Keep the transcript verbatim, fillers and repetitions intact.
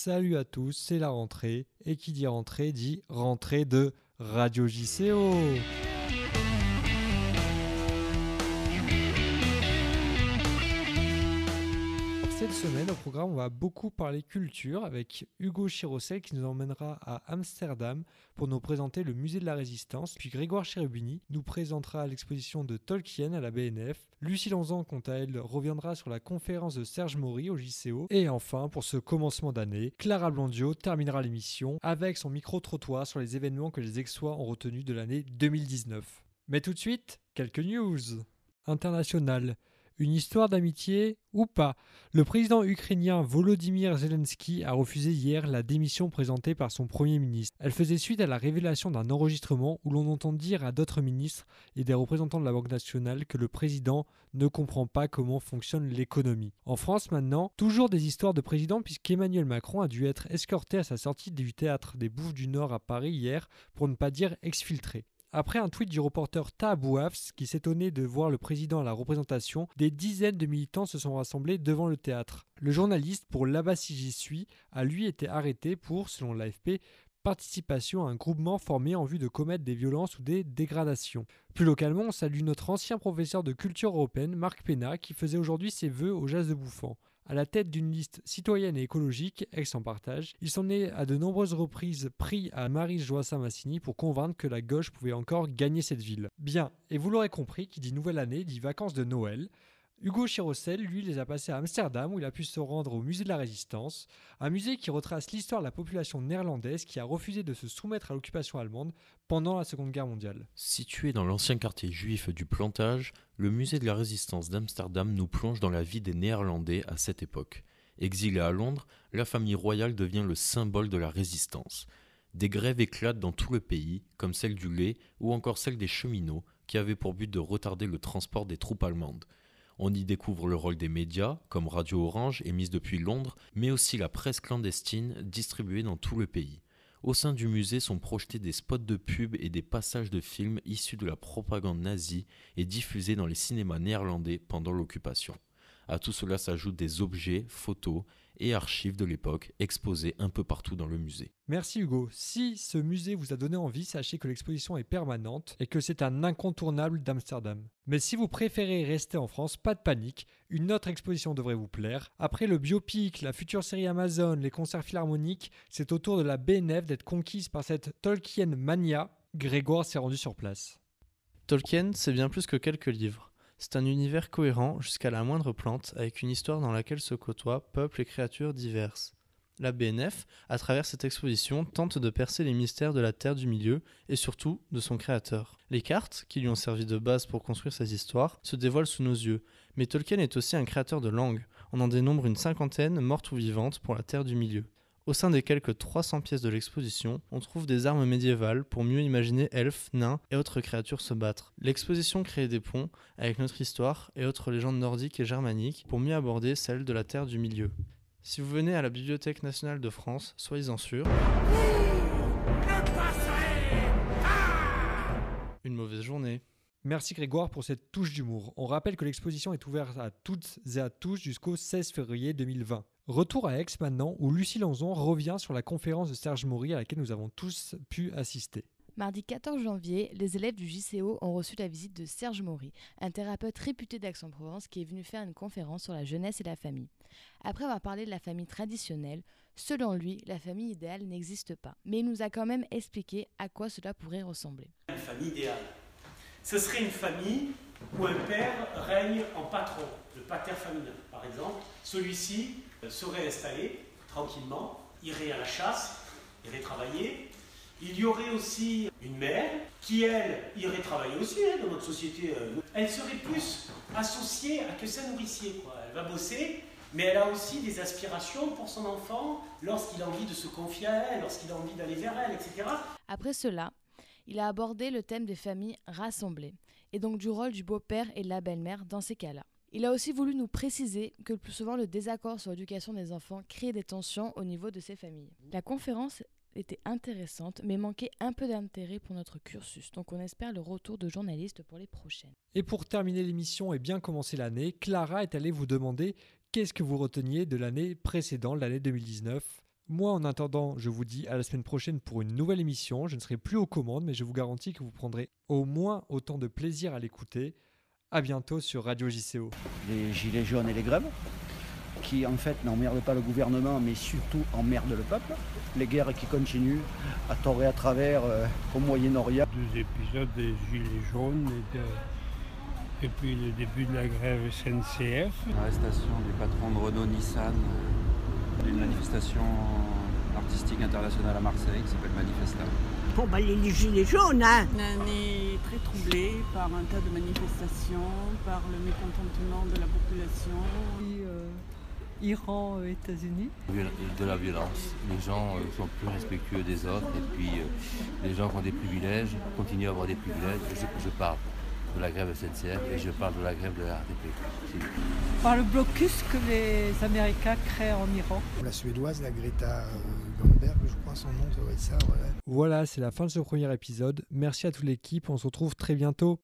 Salut à tous, c'est la rentrée. Et qui dit rentrée dit rentrée de Radio J C O. Cette semaine, au programme, on va beaucoup parler culture avec Hugo Chirocel qui nous emmènera à Amsterdam pour nous présenter le musée de la Résistance. Puis Grégoire Cherubini nous présentera l'exposition de Tolkien à la B N F. Lucie Lanzan, quant à elle, reviendra sur la conférence de Serge Maury au J C O. Et enfin, pour ce commencement d'année, Clara Blondio terminera l'émission avec son micro-trottoir sur les événements que les Aixois ont retenus de l'année deux mille dix-neuf. Mais tout de suite, quelques news internationales. Une histoire d'amitié ou pas? Le président ukrainien Volodymyr Zelensky a refusé hier la démission présentée par son premier ministre. Elle faisait suite à la révélation d'un enregistrement où l'on entend dire à d'autres ministres et des représentants de la Banque nationale que le président ne comprend pas comment fonctionne l'économie. En France maintenant, toujours des histoires de président puisqu'Emmanuel Macron a dû être escorté à sa sortie du théâtre des Bouffes du Nord à Paris hier pour ne pas dire exfiltré. Après un tweet du reporter Taha Bouafs qui s'étonnait de voir le président à la représentation, des dizaines de militants se sont rassemblés devant le théâtre. Le journaliste pour Là-bas si j'y suis a lui été arrêté pour, selon l'A F P, participation à un groupement formé en vue de commettre des violences ou des dégradations. Plus localement, on salue notre ancien professeur de culture européenne, Marc Pénat, qui faisait aujourd'hui ses vœux au Jazz de Bouffant. À la tête d'une liste citoyenne et écologique, Aix en partage, il s'en est à de nombreuses reprises pris à Maryse Joissaint-Massiny pour convaincre que la gauche pouvait encore gagner cette ville. Bien, et vous l'aurez compris, qui dit nouvelle année dit vacances de Noël. Hugo Chirocel, lui, les a passés à Amsterdam où il a pu se rendre au musée de la Résistance, un musée qui retrace l'histoire de la population néerlandaise qui a refusé de se soumettre à l'occupation allemande pendant la Seconde Guerre mondiale. Situé dans l'ancien quartier juif du Plantage, le musée de la Résistance d'Amsterdam nous plonge dans la vie des Néerlandais à cette époque. Exilée à Londres, la famille royale devient le symbole de la résistance. Des grèves éclatent dans tout le pays, comme celle du lait ou encore celle des cheminots, qui avaient pour but de retarder le transport des troupes allemandes. On y découvre le rôle des médias, comme Radio Orange, émise depuis Londres, mais aussi la presse clandestine, distribuée dans tout le pays. Au sein du musée sont projetés des spots de pub et des passages de films issus de la propagande nazie et diffusés dans les cinémas néerlandais pendant l'occupation. À tout cela s'ajoutent des objets, photos et archives de l'époque exposés un peu partout dans le musée. Merci Hugo. Si ce musée vous a donné envie, sachez que l'exposition est permanente et que c'est un incontournable d'Amsterdam. Mais si vous préférez rester en France, pas de panique, une autre exposition devrait vous plaire. Après le biopic, la future série Amazon, les concerts philharmoniques, c'est au tour de la B N F d'être conquise par cette Tolkien mania. Grégoire s'est rendu sur place. Tolkien, c'est bien plus que quelques livres. C'est un univers cohérent jusqu'à la moindre plante, avec une histoire dans laquelle se côtoient peuples et créatures diverses. La B N F, à travers cette exposition, tente de percer les mystères de la Terre du Milieu et surtout de son créateur. Les cartes, qui lui ont servi de base pour construire ces histoires, se dévoilent sous nos yeux. Mais Tolkien est aussi un créateur de langues. On en dénombre une cinquantaine, mortes ou vivantes, pour la Terre du Milieu. Au sein des quelques trois cents pièces de l'exposition, on trouve des armes médiévales pour mieux imaginer elfes, nains et autres créatures se battre. L'exposition crée des ponts avec notre histoire et autres légendes nordiques et germaniques pour mieux aborder celle de la Terre du Milieu. Si vous venez à la Bibliothèque nationale de France, soyez-en sûrs. Une mauvaise journée. Merci Grégoire pour cette touche d'humour. On rappelle que l'exposition est ouverte à toutes et à tous jusqu'au seize février deux mille vingt. Retour à Aix maintenant où Lucie Lanzon revient sur la conférence de Serge Maury à laquelle nous avons tous pu assister. Mardi quatorze janvier, les élèves du J C O ont reçu la visite de Serge Maury, un thérapeute réputé d'Aix-en-Provence qui est venu faire une conférence sur la jeunesse et la famille. Après avoir parlé de la famille traditionnelle, selon lui, la famille idéale n'existe pas. Mais il nous a quand même expliqué à quoi cela pourrait ressembler. Une famille idéale, ce serait une famille où un père règne en patron, le pater familial par exemple. Celui-ci serait installé tranquillement, irait à la chasse, irait travailler. Il y aurait aussi une mère qui, elle, irait travailler aussi hein, dans notre société. Elle serait plus associée à que sa nourricier, quoi. Elle va bosser, mais elle a aussi des aspirations pour son enfant lorsqu'il a envie de se confier à elle, lorsqu'il a envie d'aller vers elle, et cetera. Après cela, il a abordé le thème des familles rassemblées, et donc du rôle du beau-père et de la belle-mère dans ces cas-là. Il a aussi voulu nous préciser que le plus souvent le désaccord sur l'éducation des enfants crée des tensions au niveau de ces familles. La conférence était intéressante, mais manquait un peu d'intérêt pour notre cursus, donc on espère le retour de journalistes pour les prochaines. Et pour terminer l'émission et bien commencer l'année, Clara est allée vous demander qu'est-ce que vous reteniez de l'année précédente, l'année deux mille dix-neuf. Moi, en attendant, je vous dis à la semaine prochaine pour une nouvelle émission. Je ne serai plus aux commandes, mais je vous garantis que vous prendrez au moins autant de plaisir à l'écouter. À bientôt sur Radio J C O. Les gilets jaunes et les grèves, qui en fait n'emmerdent pas le gouvernement, mais surtout emmerdent le peuple. Les guerres qui continuent à tort et à travers euh, au Moyen-Orient. Deux épisodes des gilets jaunes et, de... et puis le début de la grève S N C F. L'arrestation du patron de Renault-Nissan d'une manifestation artistique internationale à Marseille qui s'appelle Manifesta. Bon, bah, les gilets jaunes, hein. Une année très troublée par un tas de manifestations, par le mécontentement de la population. Et, euh, Iran, euh, États-Unis. De la violence. Les gens euh, sont plus respectueux des autres et puis euh, les gens qui ont des privilèges continuent à avoir des privilèges. Je, je parle de la grève S N C F et je parle de la grève de la R T P. Par le blocus que les Américains créent en Iran. La Suédoise, la Greta Thunberg, je crois son nom, ça doit être ça. Ouais. Voilà, c'est la fin de ce premier épisode. Merci à toute l'équipe, on se retrouve très bientôt.